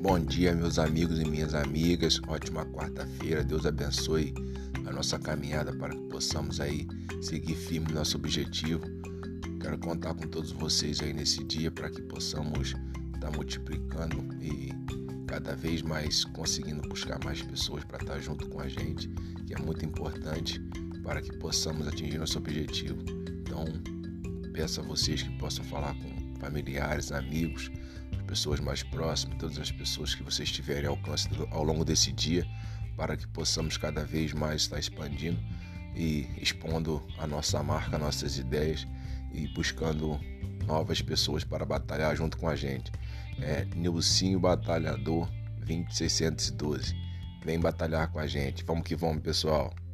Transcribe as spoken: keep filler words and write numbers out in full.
Bom dia, meus amigos e minhas amigas. Ótima quarta-feira. Deus abençoe a nossa caminhada para que possamos aí seguir firme no nosso objetivo. Quero contar com todos vocês aí nesse dia para que possamos estar multiplicando e cada vez mais conseguindo buscar mais pessoas para estar junto com a gente, que é muito importante para que possamos atingir nosso objetivo. Então, peço a vocês que possam falar com familiares, amigos, pessoas mais próximas, todas as pessoas que vocês tiverem alcance ao longo desse dia, para que possamos cada vez mais estar expandindo e expondo a nossa marca, nossas ideias e buscando novas pessoas para batalhar junto com a gente. É Nilcinho Batalhador vinte seiscentos e doze. Vem batalhar com a gente. Vamos que vamos, pessoal.